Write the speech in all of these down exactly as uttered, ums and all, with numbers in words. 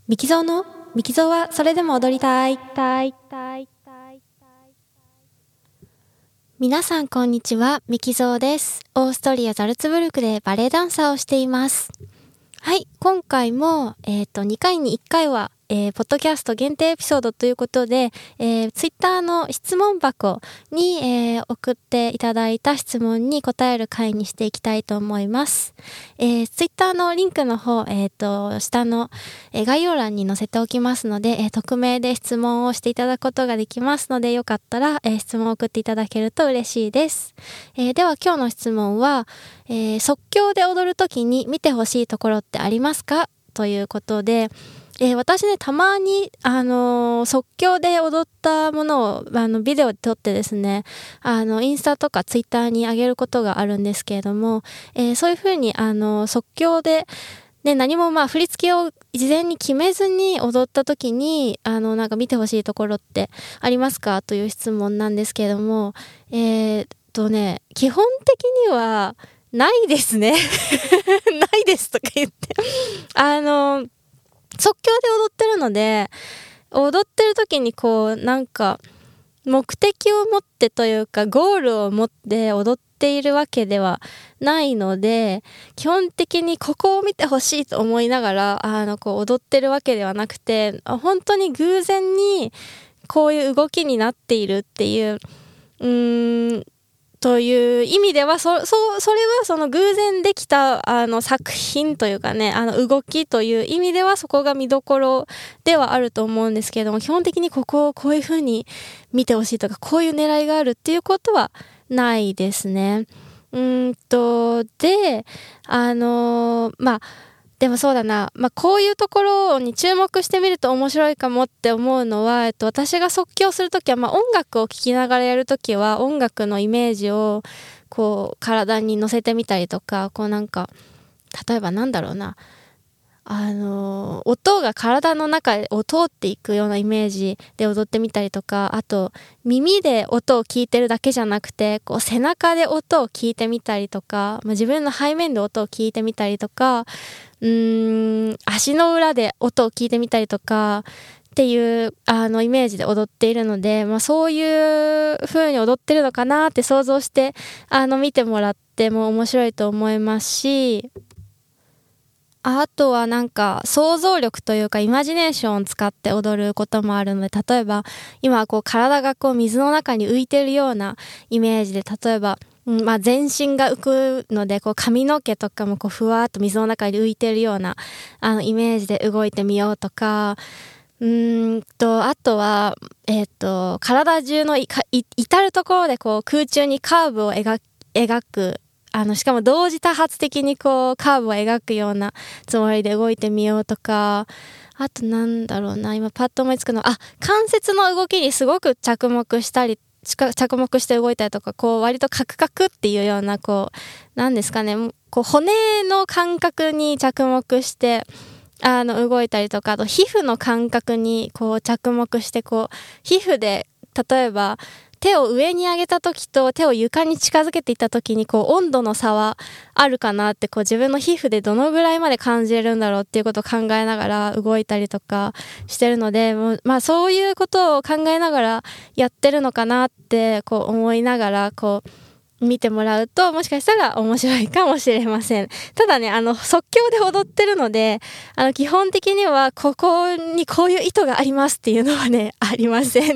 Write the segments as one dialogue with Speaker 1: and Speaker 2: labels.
Speaker 1: ミキゾーのミキゾーはそれでも踊りたい。皆さんこんにちは、ミキゾーです。オーストリアザルツブルクでバレエダンサーをしています。はい、今回も、えっと、にかいにいっかいは、えー、ポッドキャスト限定エピソードということで、えー、ツイッターの質問箱に、えー、送っていただいた質問に答える回にしていきたいと思います。えー、ツイッターのリンクの方、えっと、下の、えー、概要欄に載せておきますので、えー、匿名で質問をしていただくことができますので、よかったら、えー、質問を送っていただけると嬉しいです。えー、では今日の質問は、えー、即興で踊るときに見てほしいところってありますか？ということで、えー、私ね、たまに、あのー、即興で踊ったものを、あの、ビデオで撮ってですね、あの、インスタとかツイッターに上げることがあるんですけれども、えー、そういうふうに、あの、即興で、ね、何もまあ、振り付けを事前に決めずに踊った時に、あの、なんか見てほしいところってありますか？という質問なんですけれども、えー、っとね、基本的には、ないですね。ないですとか言って。あの、即興で踊ってるので、踊ってる時にこうなんか目的を持ってというかゴールを持って踊っているわけではないので、基本的にここを見てほしいと思いながらあのこう踊ってるわけではなくて、本当に偶然にこういう動きになっているっていう、うーんという意味では、そ、そ、それはその偶然できたあの作品というかね、あの動きという意味ではそこが見どころではあると思うんですけれども、基本的にここをこういう風に見てほしいとか、こういう狙いがあるっていうことはないですね。うーんと、で、あのー、まあ、でもそうだな、まあ、こういうところに注目してみると面白いかもって思うのは、えっと、私が即興するときは、まあ、音楽を聴きながらやるときは音楽のイメージをこう体に乗せてみたりとか、こうなんか例えばなんだろうな、あの音が体の中を通っていくようなイメージで踊ってみたりとか、あと耳で音を聞いてるだけじゃなくてこう背中で音を聞いてみたりとか、まあ、自分の背面で音を聞いてみたりとか、うーん足の裏で音を聞いてみたりとかっていうあのイメージで踊っているので、まあ、そういう風に踊ってるのかなって想像してあの見てもらっても面白いと思いますし、あとはなんか想像力というかイマジネーションを使って踊ることもあるので、例えば今はこう体がこう水の中に浮いてるようなイメージで、例えば、うんまあ、全身が浮くのでこう髪の毛とかもこうふわーっと水の中に浮いてるようなあのイメージで動いてみようとか、うーんとあとは、えー、と体中のいかい至るところでこう空中にカーブを描描く、あのしかも同時多発的にこうカーブを描くようなつもりで動いてみようとか、あとなんだろうな、今パッと思いつくの、あ、関節の動きにすごく着目したり着目して動いたりとか、こう割とカクカクっていうような、こうなんですかね、こう骨の感覚に着目してあの動いたりとか、あと皮膚の感覚にこう着目して、こう皮膚で例えば手を上に上げた時と手を床に近づけていった時にこう温度の差はあるかなって、こう自分の皮膚でどのぐらいまで感じれるんだろうっていうことを考えながら動いたりとかしてるので、もうまあそういうことを考えながらやってるのかなってこう思いながらこう見てもらうと、もしかしたら面白いかもしれません。ただね、あの即興で踊ってるので、あの基本的にはここにこういう意図がありますっていうのはね、ありません。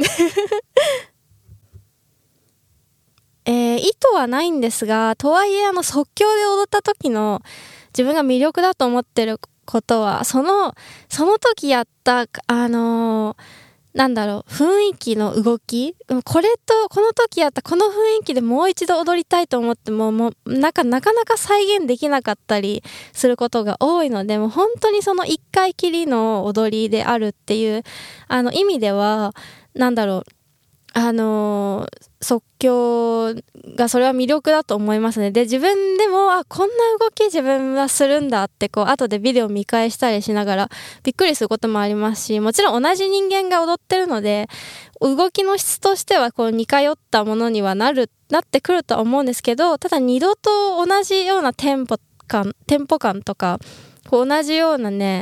Speaker 1: えー、意図はないんですが、とはいえあの即興で踊った時の自分が魅力だと思ってることは、そのその時やったあのー、なんだろう、雰囲気の動き、これとこの時やったこの雰囲気でもう一度踊りたいと思っても、もうなんかなかなか再現できなかったりすることが多いので、もう本当にその一回きりの踊りであるっていうあの意味では、なんだろう、あのー、即興がそれは魅力だと思いますね。で、自分でもあこんな動き自分はするんだってこう後でビデオ見返したりしながらびっくりすることもありますし、もちろん同じ人間が踊ってるので動きの質としてはこう似通ったものにはなるなってくるとは思うんですけど、ただ二度と同じようなテンポ感テンポ感とかこう同じようなね、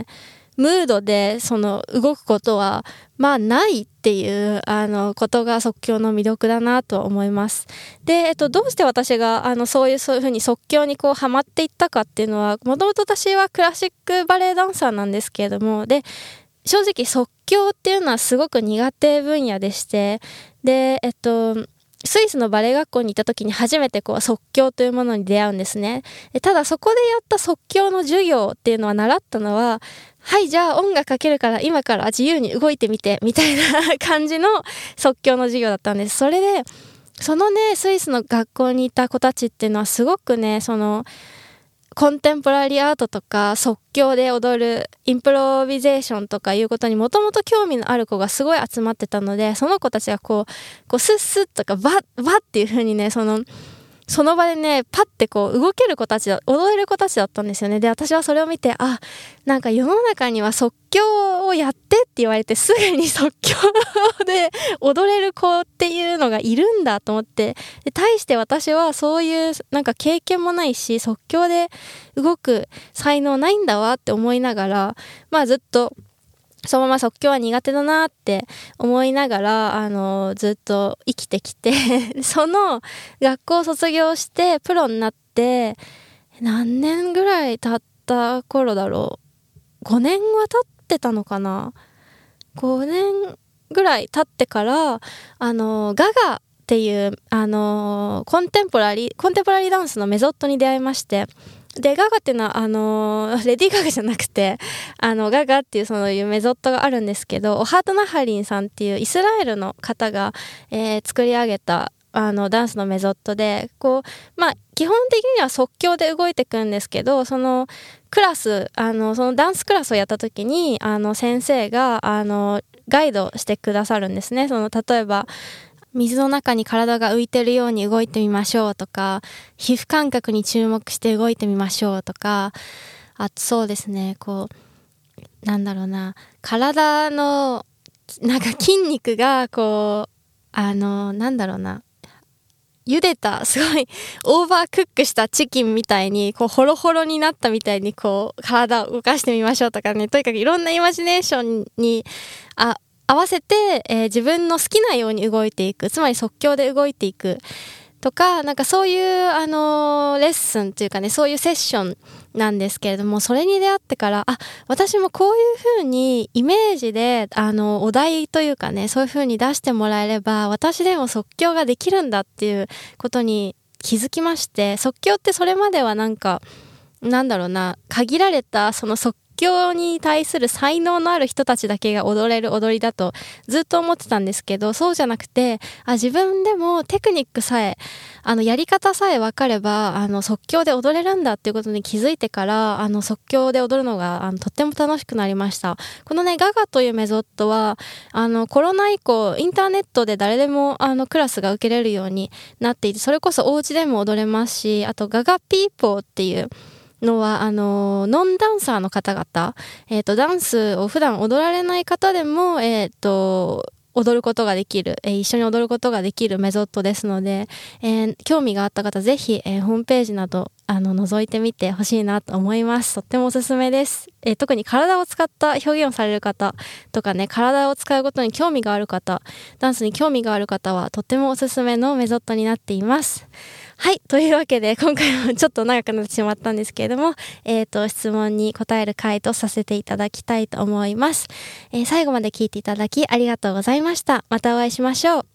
Speaker 1: ムードでその動くことはまあないっていうあのことが即興の魅力だなと思います。で、えっと、どうして私があのそういうそういうふうに即興にこうハマっていったかっていうのは、もともと私はクラシックバレエダンサーなんですけれども、で正直即興っていうのはすごく苦手分野でして、でえっとスイスのバレエ学校に行った時に初めてこう即興というものに出会うんですね。でただそこでやった即興の授業っていうのは習ったのは、はいじゃあ音楽かけるから今から自由に動いてみてみたいな感じの即興の授業だったんです。それでそのねスイスの学校にいた子たちっていうのはすごくね、そのコンテンポラリーアートとか即興で踊るインプロビゼーションとかいうことにもともと興味のある子がすごい集まってたので、その子たちがこうこうスッスッとかバッバッっていう風にね、そのその場でねパッてこう動ける子たちだ、踊れる子たちだったんですよね。で私はそれを見て、あ、なんか世の中には即興をやってって言われてすぐに即興で踊れる子っていうのがいるんだと思って、で対して私はそういうなんか経験もないし即興で動く才能ないんだわって思いながら、まあずっとそのまま即興は苦手だなって思いながら、あのずっと生きてきてその学校を卒業してプロになって何年ぐらい経った頃だろう、ごねんは経ってたのかな、ごねんぐらい経ってからあのガガっていうあのコンテンポラリーコンテンポラリーダンスのメソッドに出会いまして、でガガっていうのはあのレディー・ガガじゃなくてあのガガっていうそういうメソッドがあるんですけど、オハート・ナハリンさんっていうイスラエルの方が、えー作り上げたあのダンスのメソッドで、こうまあ基本的には即興で動いていくんですけど、そのクラスあのそのダンスクラスをやった時にあの先生があのガイドしてくださるんですね。その例えば水の中に体が浮いてるように動いてみましょうとか、皮膚感覚に注目して動いてみましょうとか、あとそうですね、こうなんだろうな、体のなんか筋肉がこうあのなんだろうな、茹でたすごいオーバークックしたチキンみたいにこうホロホロになったみたいにこう体を動かしてみましょうとかね、とにかくいろんなイマジネーションにあ合わせて、えー、自分の好きなように動いていく、つまり即興で動いていくとか、なんかそういう、あのーレッスンというかね、そういうセッションなんですけれども、それに出会ってから、あ、私もこういう風にイメージで、あの、お題というかね、そういう風に出してもらえれば、私でも即興ができるんだっていうことに気づきまして、即興ってそれまではなんか、なんだろうな、限られたその即興に対する才能のある人たちだけが踊れる踊りだとずっと思ってたんですけど、そうじゃなくて、あ、自分でもテクニックさえあのやり方さえ分かればあの即興で踊れるんだっていうことに気づいてから、あの即興で踊るのがあのとっても楽しくなりました。このねガガというメソッドはあのコロナ以降インターネットで誰でもあのクラスが受けれるようになっていて、それこそお家でも踊れますし、あとガガピーポーっていうのはあのノンダンサーの方々、えっとダンスを普段踊られない方でもえっと踊ることができる、えー、一緒に踊ることができるメソッドですので、えー、興味があった方ぜひ、えー、ホームページなどあの覗いてみてほしいなと思います。とってもおすすめです。えー、特に体を使った表現をされる方とかね、体を使うことに興味がある方、ダンスに興味がある方はとってもおすすめのメソッドになっています。はい。というわけで、今回はちょっと長くなってしまったんですけれども、えっと、質問に答える回とさせていただきたいと思います。えー、最後まで聞いていただきありがとうございました。またお会いしましょう。